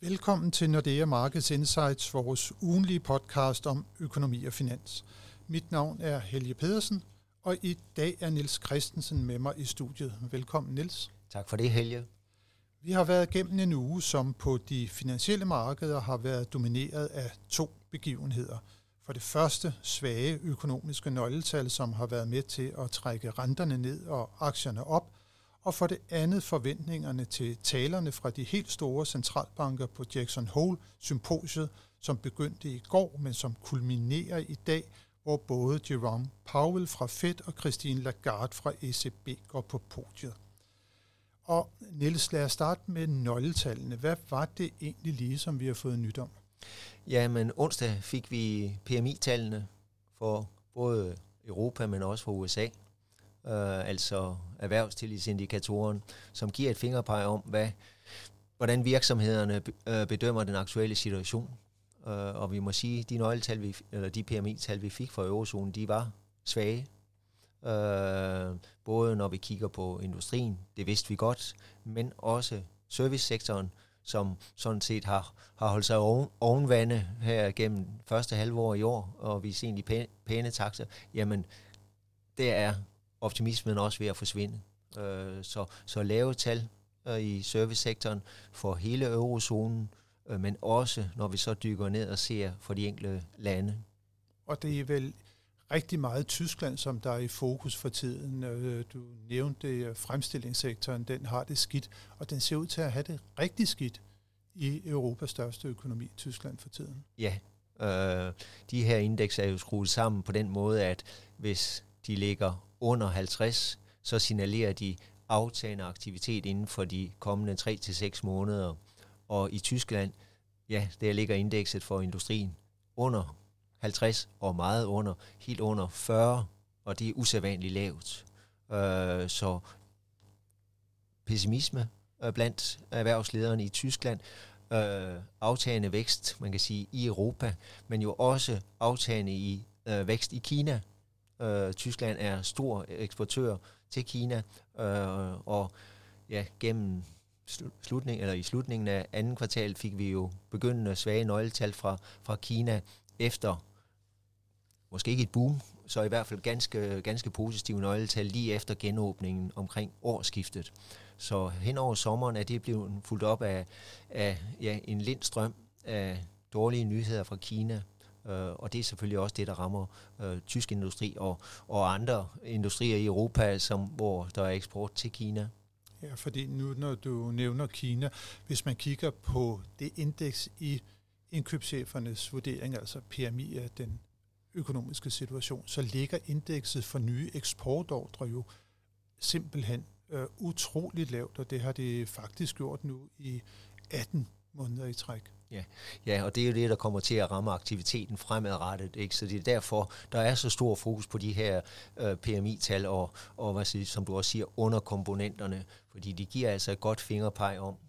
Velkommen til Nordea Markets Insights, vores ugenlige podcast om økonomi og finans. Mit navn er Helge Pedersen, og i dag er Niels Christensen med mig i studiet. Velkommen, Niels. Tak for det, Helge. Vi har været gennem en uge, som på de finansielle markeder har været domineret af to begivenheder. For det første svage økonomiske nøgletal, som har været med til at trække renterne ned og aktierne op, og for det andet forventningerne til talerne fra de helt store centralbanker på Jackson Hole-symposiet, som begyndte i går, men som kulminerer i dag, hvor både Jerome Powell fra Fed og Christine Lagarde fra ECB går på podiet. Og Niels, lad os starte med nøgletallene. Hvad var det egentlig lige, som vi har fået nyt om? Ja, men onsdag fik vi PMI-tallene for både Europa, men også for USA. Altså erhvervstillidsindikatoren, som giver et fingerpeg om, hvordan virksomhederne bedømmer den aktuelle situation. Og vi må sige, at de nøgletal, de PMI-tal, vi fik fra eurozonen, de var svage. Både når vi kigger på industrien, det vidste vi godt, men også servicesektoren, som sådan set har holdt sig ovenvande her gennem første halvår i år, og vi ser egentlig pæne takter, jamen det er optimismen også ved at forsvinde. Så lave tal i servicesektoren for hele eurozonen, men også når vi så dykker ned og ser for de enkelte lande. Og det er vel rigtig meget Tyskland, som der er i fokus for tiden. Du nævnte fremstillingssektoren, den har det skidt, og den ser ud til at have det rigtig skidt i Europas største økonomi, Tyskland for tiden. Ja, de her indekser er jo skruet sammen på den måde, at hvis de ligger under 50, så signalerer de aftagende aktivitet inden for de kommende 3 til 6 måneder. Og i Tyskland, ja, der ligger indekset for industrien under 50 og meget under, helt under 40, og det er usædvanligt lavt. Så pessimisme blandt erhvervslederne i Tyskland, aftagende vækst, man kan sige, i Europa, men jo også aftagende i vækst i Kina. Tyskland er stor eksportør til Kina, og ja, gennem i slutningen af anden kvartal fik vi jo begyndende svage nøgletal fra Kina efter, måske ikke et boom, så i hvert fald ganske positive nøgletal lige efter genåbningen omkring årsskiftet. Så hen over sommeren er det blevet fulgt op af en lind strøm af dårlige nyheder fra Kina. Og det er selvfølgelig også det, der rammer tysk industri og andre industrier i Europa, hvor der er eksport til Kina. Ja, fordi nu når du nævner Kina, hvis man kigger på det indeks i indkøbschefernes vurdering, altså PMI af den økonomiske situation, så ligger indekset for nye eksportordrer jo simpelthen utroligt lavt, og det har det faktisk gjort nu i 18 måneder i træk. Ja, og det er jo det, der kommer til at ramme aktiviteten fremadrettet, ikke? Så det er derfor, der er så stor fokus på de her PMI-tal og hvad som du også siger, underkomponenterne, fordi de giver altså et godt fingerpeg om,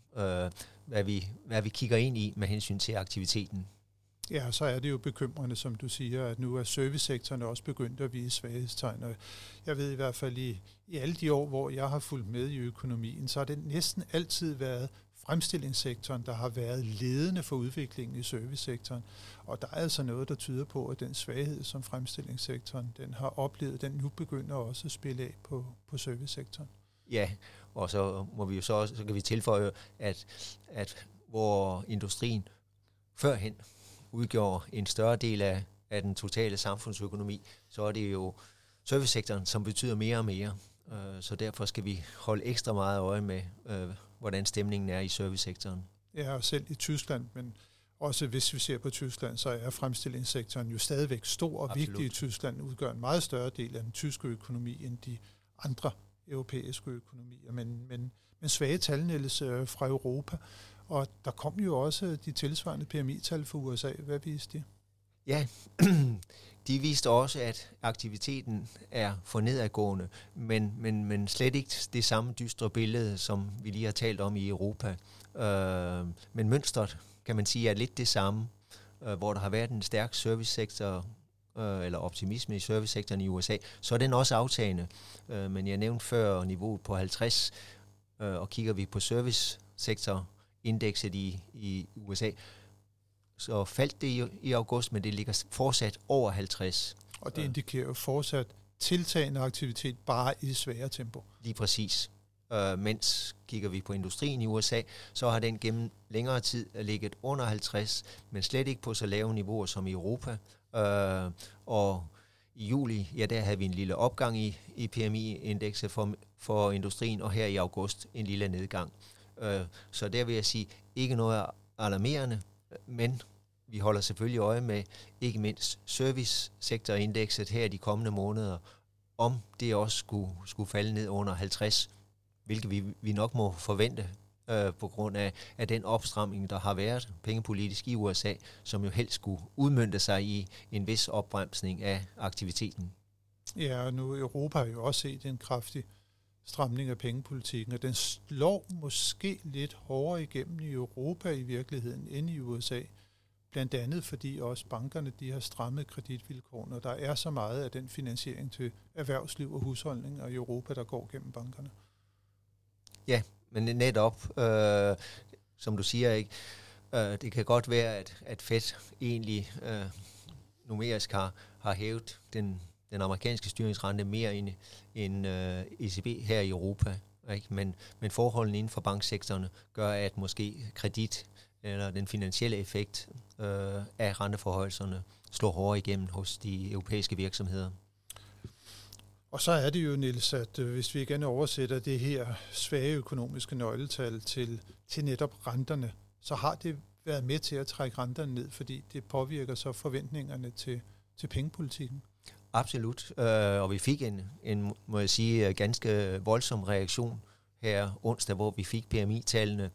hvad vi kigger ind i med hensyn til aktiviteten. Ja, så er det jo bekymrende, som du siger, at nu er servicesektoren også begyndt at vise svaghedstegn. Og jeg ved i hvert fald i alle de år, hvor jeg har fulgt med i økonomien, så har det næsten altid været fremstillingssektoren, der har været ledende for udviklingen i servicesektoren. Og der er altså noget, der tyder på, at den svaghed, som fremstillingssektoren den har oplevet, den nu begynder også at spille af på servicesektoren. Ja, og så må vi jo så kan vi tilføje, at hvor industrien førhen udgjorde en større del af den totale samfundsøkonomi, så er det jo servicesektoren, som betyder mere og mere. Så derfor skal vi holde ekstra meget øje med, hvordan stemningen er i servicesektoren. Ja, og selv i Tyskland, men også hvis vi ser på Tyskland, så er fremstillingssektoren jo stadigvæk stor og vigtig i Tyskland, udgør en meget større del af den tyske økonomi end de andre europæiske økonomier. Men svage tal, Niels, fra Europa, og der kom jo også de tilsvarende PMI-tal for USA. Hvad viste de? Ja, de viste også, at aktiviteten er for nedadgående, men slet ikke det samme dystre billede, som vi lige har talt om i Europa. Men mønstret, kan man sige, er lidt det samme, hvor der har været en stærk servicesektor, eller optimisme i servicesektoren i USA, så er den også aftagende. Men jeg nævnte før niveauet på 50, og kigger vi på servicesektor indekset i USA. Så faldt det i august, men det ligger fortsat over 50. Og det indikerer jo fortsat tiltagende aktivitet, bare i svære tempo. Lige præcis. Mens kigger vi på industrien i USA, så har den gennem længere tid ligget under 50, men slet ikke på så lave niveauer som i Europa. Og i juli, ja, der havde vi en lille opgang i PMI-indekset for industrien, og her i august en lille nedgang. Så der vil jeg sige, ikke noget alarmerende, men vi holder selvfølgelig øje med ikke mindst servicesektorindekset her i de kommende måneder, om det også skulle falde ned under 50, hvilket vi nok må forvente på grund af den opstramning, der har været pengepolitisk i USA, som jo helst skulle udmønte sig i en vis opbremsning af aktiviteten. Ja, og nu Europa har jo også set en kraftig stramning af pengepolitikken, og den slår måske lidt hårdere igennem i Europa i virkeligheden end i USA. Blandt andet fordi også bankerne de har strammet kreditvilkårene, og der er så meget af den finansiering til erhvervsliv og husholdninger i Europa, der går gennem bankerne. Ja, men netop, som du siger, ikke, det kan godt være, at Fed egentlig numerisk har hævet den amerikanske styringsrente mere end ECB her i Europa. Ikke? Men forholdene inden for banksektorerne gør, at måske kredit eller den finansielle effekt af renteforhøjelserne slår hårdere igennem hos de europæiske virksomheder. Og så er det jo, Niels, at hvis vi igen oversætter det her svage økonomiske nøgletal til netop renterne, så har det været med til at trække renterne ned, fordi det påvirker så forventningerne til pengepolitikken. Absolut, og vi fik en, må jeg sige, ganske voldsom reaktion her onsdag, hvor vi fik PMI-tallene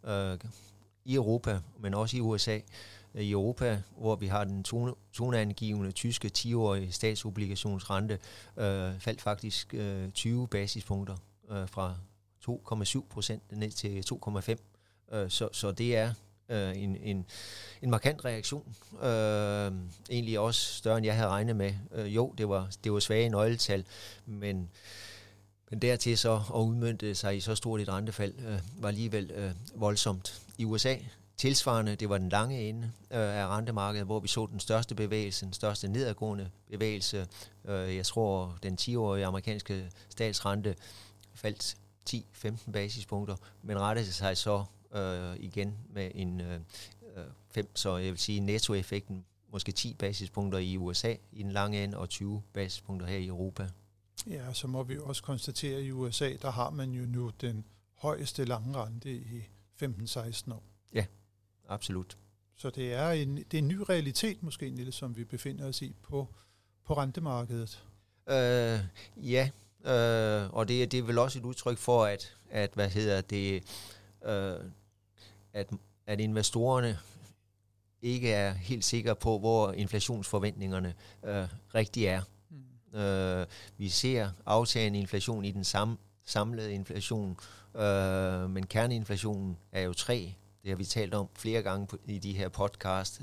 i Europa, men også i USA. I Europa, hvor vi har den toneangivende tyske 10-årige statsobligationsrente, faldt faktisk 20 basispunkter fra 2,7% ned til 2,5%. Så det er en markant reaktion. Egentlig også større, end jeg havde regnet med. Jo, det var svage nøgletal, men dertil så at udmønte sig i så stort et rentefald var alligevel voldsomt. I USA tilsvarende, det var den lange ende af rentemarkedet, hvor vi så den største bevægelse, den største nedadgående bevægelse. Jeg tror, den 10-årige amerikanske statsrente faldt 10-15 basispunkter, men rettede sig så igen med en 5, så jeg vil sige nettoeffekten måske 10 basispunkter i USA i den lange ende og 20 basispunkter her i Europa. Ja, så må vi jo også konstatere, at i USA, der har man jo nu den højeste lange rente i 15-16 år. Ja, absolut. Så det er en ny realitet måske, Niels, som vi befinder os i på rentemarkedet. Ja, og det er vel også et udtryk for, at investorerne ikke er helt sikre på, hvor inflationsforventningerne rigtig er. Vi ser aftagende inflation i den samlede inflation, men kerneinflationen er jo 3. Det har vi talt om flere gange i de her podcast.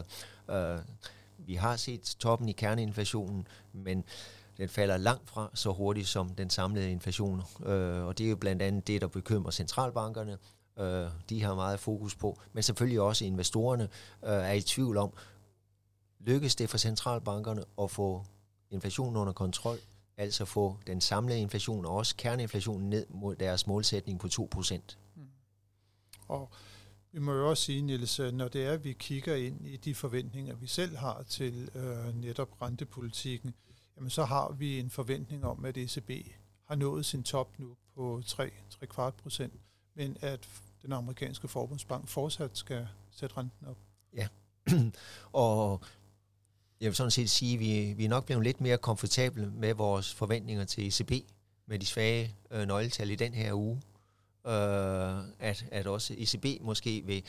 Vi har set toppen i kerneinflationen, men den falder langt fra så hurtigt som den samlede inflation. Og det er jo blandt andet det, der bekymrer centralbankerne. De har meget fokus på, men selvfølgelig også investorerne er i tvivl om, lykkes det for centralbankerne at få inflationen under kontrol, altså få den samlede inflation og også kerneinflationen ned mod deres målsætning på 2%. Og vi må jo også sige, Niels, når det er, at vi kigger ind i de forventninger, vi selv har til netop rentepolitikken, jamen så har vi en forventning om, at ECB har nået sin top nu på 3,25%, men at den amerikanske forbundsbank fortsat skal sætte renten op. Ja, og jeg vil sådan set sige, at vi er nok blevet lidt mere komfortable med vores forventninger til ECB, med de svage nøgletal i den her uge. At også ECB måske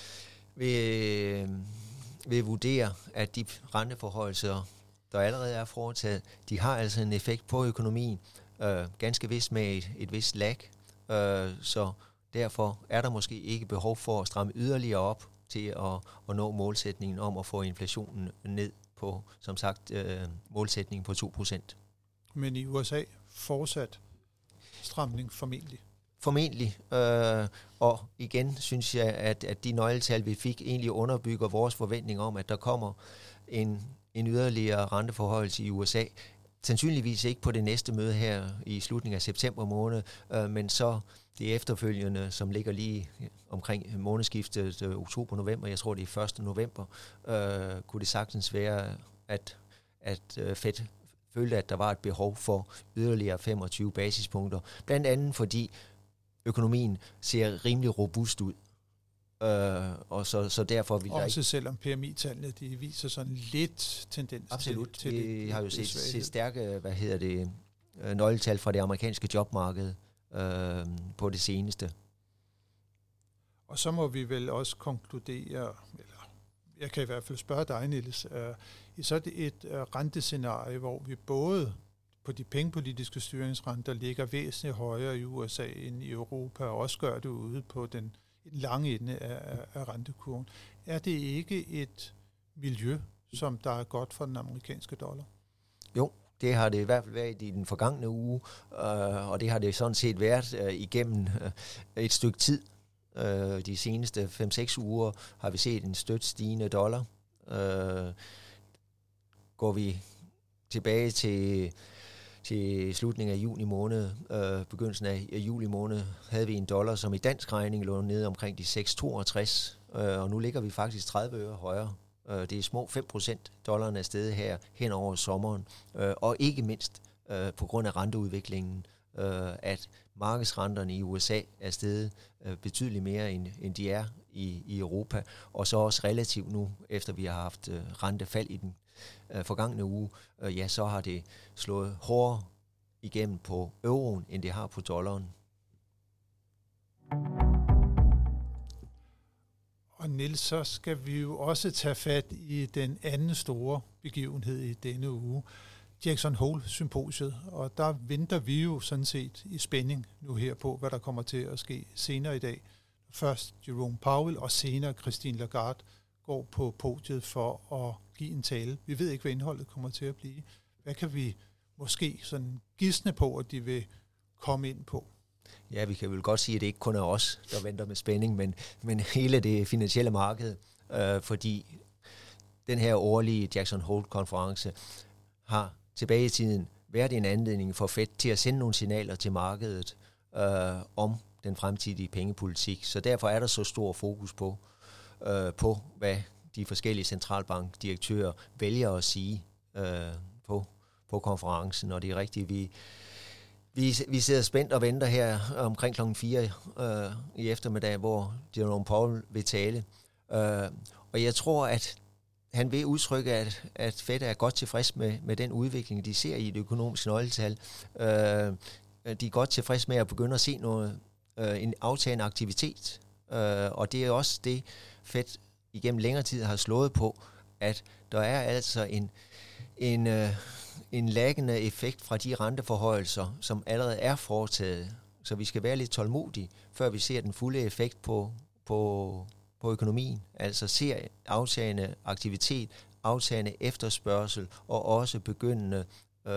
vil vurdere, at de renteforhøjelser, der allerede er foretaget, de har altså en effekt på økonomien, ganske vist med et vist lag. Så derfor er der måske ikke behov for at stramme yderligere op til at nå målsætningen om at få inflationen ned på, som sagt, målsætningen på 2%. Men i USA fortsat stramning formentlig? formentlig. Og igen synes jeg, at de nøgletal, vi fik, egentlig underbygger vores forventning om, at der kommer en yderligere renteforhøjelse i USA. Sandsynligvis ikke på det næste møde her i slutningen af september måned, men så det efterfølgende, som ligger lige omkring månedsskiftet oktober-november, jeg tror det er 1. november, kunne det sagtens være, at Fed følte, at der var et behov for yderligere 25 basispunkter. Blandt andet fordi økonomien ser rimelig robust ud. Og så derfor vil der også selvom PMI-tallene de viser sådan lidt tendens. Absolut. til vi har jo set stærke, nøgletal fra det amerikanske jobmarked på det seneste. Og så må vi vel også konkludere, eller jeg kan i hvert fald spørge dig, Niels, i sådan et rentescenarie, hvor vi både på de pengepolitiske styringsrenter ligger væsentligt højere i USA end i Europa, og også gør det ude på den lange ende af rentekurven. Er det ikke et miljø, som der er godt for den amerikanske dollar? Jo, det har det i hvert fald været i den forgangne uge, og det har det sådan set været igennem et stykke tid. De seneste 5-6 uger har vi set en støt stigende dollar. Går vi tilbage til slutningen af juni måned, begyndelsen af juli måned, havde vi en dollar, som i dansk regning lå nede omkring de 6,62, og nu ligger vi faktisk 30 øre højere. Det er små 5% dollaren er steget her hen over sommeren, og ikke mindst på grund af renteudviklingen, at markedsrenterne i USA er steget betydeligt mere, end de er i Europa, og så også relativt nu, efter vi har haft rentefald i den forgangne uge, så har det slået hårdere igennem på euroen, end det har på dollaren. Og Niels, så skal vi jo også tage fat i den anden store begivenhed i denne uge, Jackson Hole-symposiet, og der venter vi jo sådan set i spænding nu her på, hvad der kommer til at ske senere i dag. Først Jerome Powell, og senere Christine Lagarde går på podiet for at give en tale. Vi ved ikke, hvad indholdet kommer til at blive. Hvad kan vi måske sådan gisne på, at de vil komme ind på? Ja, vi kan vel godt sige, at det ikke kun er os, der venter med spænding, men hele det finansielle marked, fordi den her årlige Jackson Hole-konference har tilbage i tiden været en anledning for Fed til at sende nogle signaler til markedet om den fremtidige pengepolitik. Så derfor er der så stor fokus på, hvad de forskellige centralbankdirektører vælger at sige på konferencen. Og det er rigtigt, vi sidder spændt og venter her omkring klokken 4 i eftermiddag, hvor Jerome Powell vil tale. Og jeg tror, at han vil udtrykke, at Fed er godt tilfreds med den udvikling, de ser i det økonomiske nøgletal. De er godt tilfreds med at begynde at se en aftagende aktivitet. Og det er også det, Fed igennem længere tid har slået på, at der er altså en laggende effekt fra de renteforhøjelser, som allerede er foretaget. Så vi skal være lidt tålmodige, før vi ser den fulde effekt på økonomien. Altså ser aftagende aktivitet, aftagende efterspørgsel og også begyndende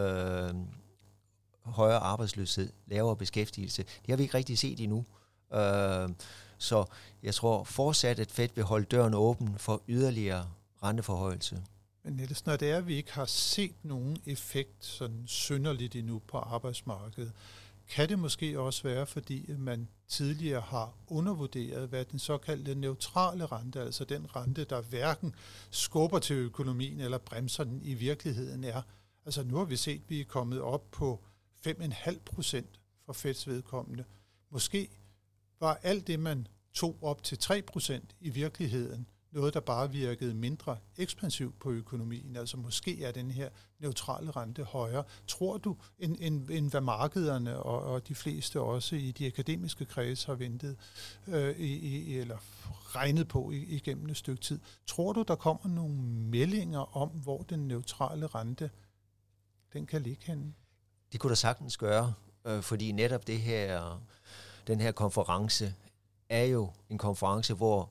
højere arbejdsløshed, lavere beskæftigelse. Det har vi ikke rigtig set endnu. Så jeg tror fortsat, at Fed vil holde døren åben for yderligere renteforhøjelse. Men Niels, når det er, at vi ikke har set nogen effekt sådan synderligt endnu på arbejdsmarkedet, kan det måske også være, fordi man tidligere har undervurderet, hvad den såkaldte neutrale rente, altså den rente, der hverken skubber til økonomien eller bremser den i virkeligheden er. Altså nu har vi set, at vi er kommet op på 5,5% for Feds vedkommende. Måske var alt det, man tog op til 3% i virkeligheden, noget, der bare virkede mindre ekspansivt på økonomien. Altså måske er den her neutrale rente højere. Tror du, end hvad markederne og de fleste også i de akademiske kreds har ventet eller regnet på igennem et stykke tid? Tror du, der kommer nogle meldinger om, hvor den neutrale rente den kan ligge henne? Det kunne der sagtens gøre, fordi netop den her konference er jo en konference, hvor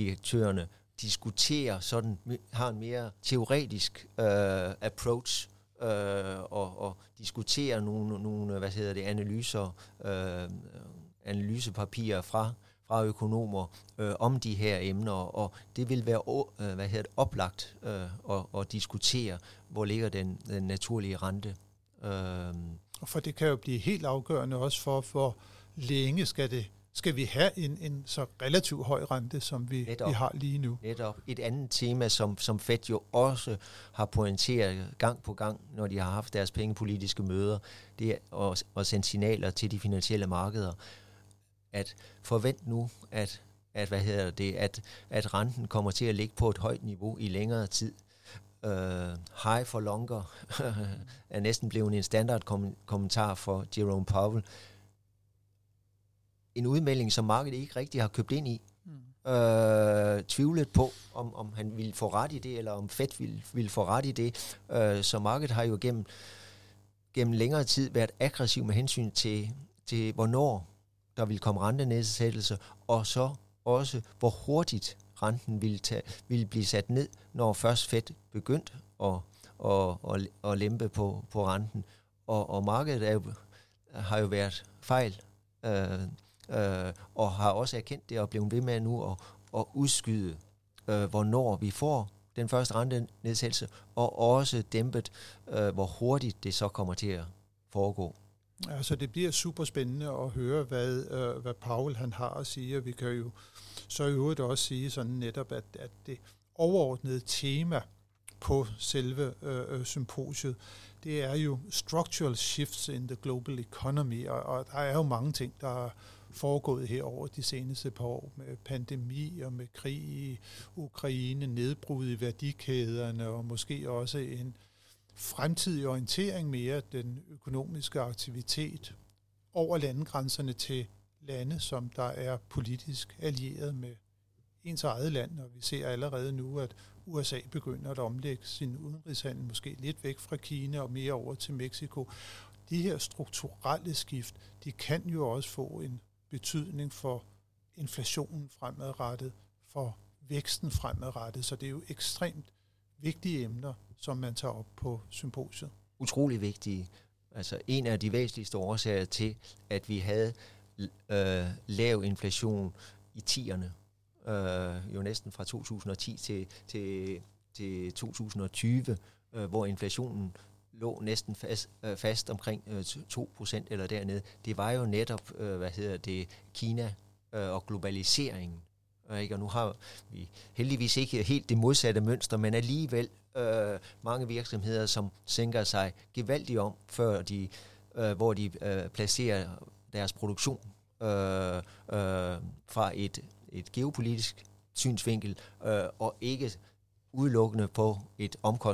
centralbankdirektørerne diskuterer, har en mere teoretisk approach og diskutere nogle analysepapirer fra økonomer om de her emner, og det vil være oplagt at diskutere, hvor ligger den naturlige rente. For det kan jo blive helt afgørende også for, hvor længe skal vi have en så relativt høj rente, som vi har lige nu. Netop. Et andet tema, som Fed jo også har pointeret gang på gang, når de har haft deres pengepolitiske møder, det er at sende signaler til de finansielle markeder, at forvent nu, at renten kommer til at ligge på et højt niveau i længere tid. High for longer er næsten blevet en standard kommentar for Jerome Powell. En udmelding, som markedet ikke rigtig har købt ind i. Tvivlet på, om han ville få ret i det, eller om Fed ville få ret i det. Så markedet har jo gennem længere tid været aggressiv med hensyn til hvornår der vil komme rentenedsættelse, og så også, hvor hurtigt renten ville blive sat ned, når først Fed begyndte at lempe på renten. Og markedet har jo været fejl, og har også erkendt det og blevet ved med nu at udskyde, hvornår vi får den første rentenedsættelse, og også dæmpet, hvor hurtigt det så kommer til at foregå. Altså det bliver super spændende at høre, hvad Powell han har at sige, og vi kan jo så i øvrigt også sige sådan netop, at det overordnede tema på selve symposiet, det er jo structural shifts in the global economy, og der er jo mange ting, der er foregået her over de seneste par år, med pandemi og med krig i Ukraine, nedbrud i værdikæderne, og måske også en fremtidig orientering mere den økonomiske aktivitet over landegrænserne til lande, som der er politisk allieret med ens eget land, og vi ser allerede nu, at USA begynder at omlægge sin udenrigshandel måske lidt væk fra Kina og mere over til Mexico. De her strukturelle skift, de kan jo også få en betydning for inflationen fremadrettet, for væksten fremadrettet, så det er jo ekstremt vigtige emner, som man tager op på symposiet. Utrolig vigtige. Altså en af de væsentligste årsager til, at vi havde lav inflation i 10'erne, jo næsten fra 2010 til 2020, hvor inflationen lå næsten fast omkring 2% eller dernede. Det var jo netop, Kina og globaliseringen. Og nu har vi heldigvis ikke helt det modsatte mønster, men alligevel mange virksomheder, som sænker sig gevaldigt om, før hvor de placerer deres produktion fra et geopolitisk synsvinkel, og ikke udelukkende på et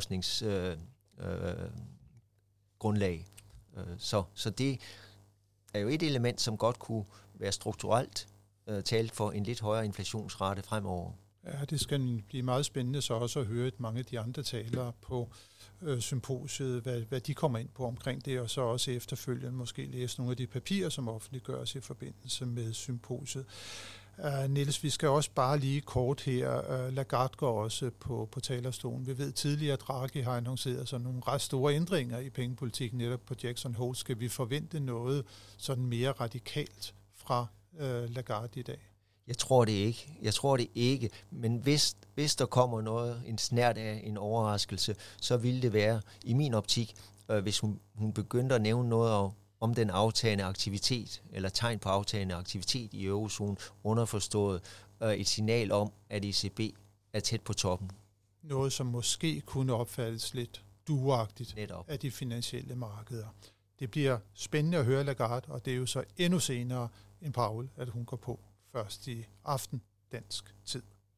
omkostningsgrundlag. Så det er jo et element, som godt kunne være strukturelt talt for en lidt højere inflationsrate fremover. Ja, det skal blive meget spændende så også at høre mange af de andre talere på symposiet, hvad de kommer ind på omkring det, og så også efterfølgende måske læse nogle af de papirer, som offentliggøres i forbindelse med symposiet. Niels, vi skal også bare lige kort her. Lagarde går også på talerstolen. Vi ved tidligere, at Draghi har annonceret sådan nogle ret store ændringer i pengepolitikken netop på Jackson Hole. Skal vi forvente noget sådan mere radikalt fra Lagarde i dag? Jeg tror det ikke, men hvis der kommer noget, en snert af en overraskelse, så ville det være, i min optik, hvis hun begyndte at nævne noget om den aftagende aktivitet, eller tegn på aftagende aktivitet i eurozonen, underforstået et signal om, at ECB er tæt på toppen. Noget, som måske kunne opfattes lidt duagtigt Netop af de finansielle markeder. Det bliver spændende at høre Lagarde, og det er jo så endnu senere end Powell, at hun går på først i aften dansk tid.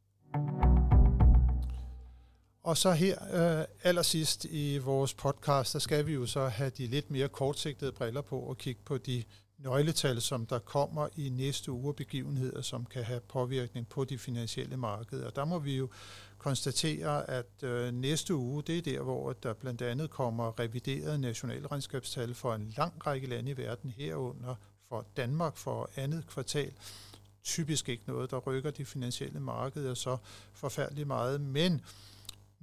Og så her allersidst i vores podcast, der skal vi jo så have de lidt mere kortsigtede briller på og kigge på de nøgletal, som der kommer i næste uge, begivenheder, som kan have påvirkning på de finansielle markeder. Der må vi jo konstatere, at næste uge, det er der, hvor der blandt andet kommer reviderede nationalregnskabstal for en lang række lande i verden, herunder for Danmark for andet kvartal. Typisk ikke noget, der rykker de finansielle markeder så forfærdeligt meget, men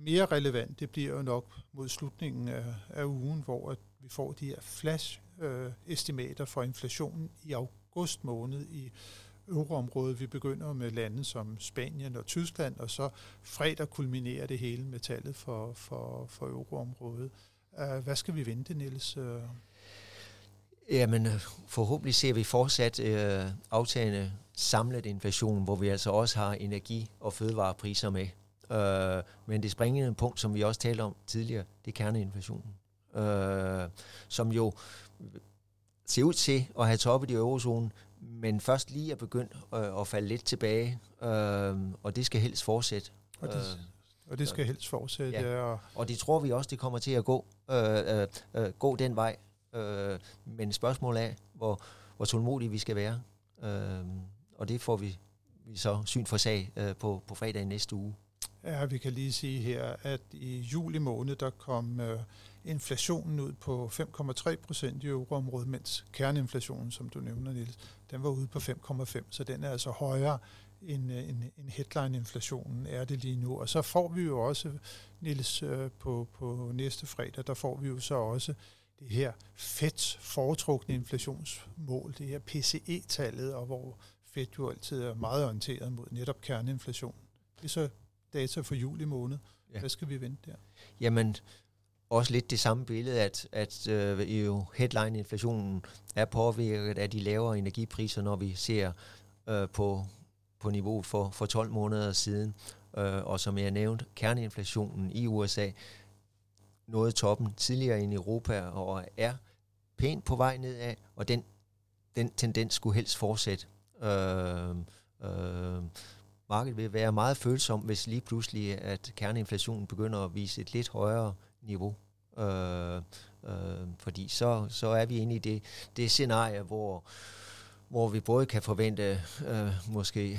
mere relevant, det bliver jo nok mod slutningen af ugen, hvor at vi får de her flash-estimater for inflationen i august måned i euroområdet. Vi begynder med lande som Spanien og Tyskland, og så fredag kulminerer det hele med tallet for euroområdet. Hvad skal vi vente, Niels? Jamen, forhåbentlig ser vi fortsat aftagende samlet inflation, hvor vi altså også har energi- og fødevarepriser med. Men det springende punkt, som vi også talte om tidligere, det er kerneinflationen, som jo ser ud til at have toppet i eurozonen, men først lige er begyndt at falde lidt tilbage, og det skal helst fortsætte. Og det skal helst fortsætte, ja. Og det tror vi også, det kommer til at gå den vej. Men spørgsmålet er, hvor tålmodige vi skal være. Og det får vi så syn for sag på fredag næste uge. Ja, vi kan lige sige her, at i juli måned, der kom inflationen ud på 5,3% i euroområdet, mens kerneinflationen, som du nævner, Niels, den var ude på 5,5%, så den er altså højere end headline-inflationen er det lige nu. Og så får vi jo også, Niels, på næste fredag, der får vi jo så også det her Feds foretrukne inflationsmål, det her PCE-tallet, og hvor Fed jo altid er meget orienteret mod netop kerneinflation. Det er så data for juli måned. Ja. Hvad skal vi vente der? Jamen, også lidt det samme billede, at jo headline-inflationen er påvirket af de lavere energipriser, når vi ser på niveau for 12 måneder siden. Og som jeg nævnte, kerneinflationen i USA nåede toppen tidligere end i Europa og er pænt på vej nedad, og den tendens skulle helst fortsætte. Markedet vil være meget følsom, hvis lige pludselig, at kerneinflationen begynder at vise et lidt højere niveau. Fordi så er vi inde i det scenarie, hvor vi både kan forvente måske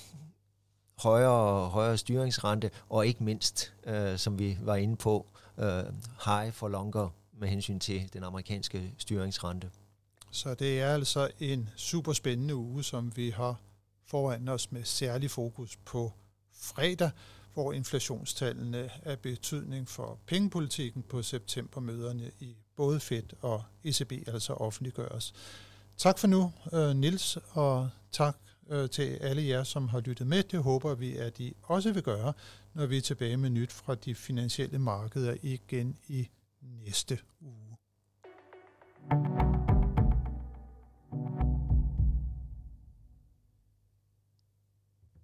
højere styringsrente, og ikke mindst, som vi var inde på, high for longer med hensyn til den amerikanske styringsrente. Så det er altså en super spændende uge, som vi har foran os med særlig fokus på fredag, hvor inflationstallene er betydning for pengepolitikken på septembermøderne i både Fed og ECB, altså offentliggøres. Tak for nu, Niels, og tak til alle jer, som har lyttet med. Det håber vi, at I også vil gøre, når vi er tilbage med nyt fra de finansielle markeder igen i næste uge.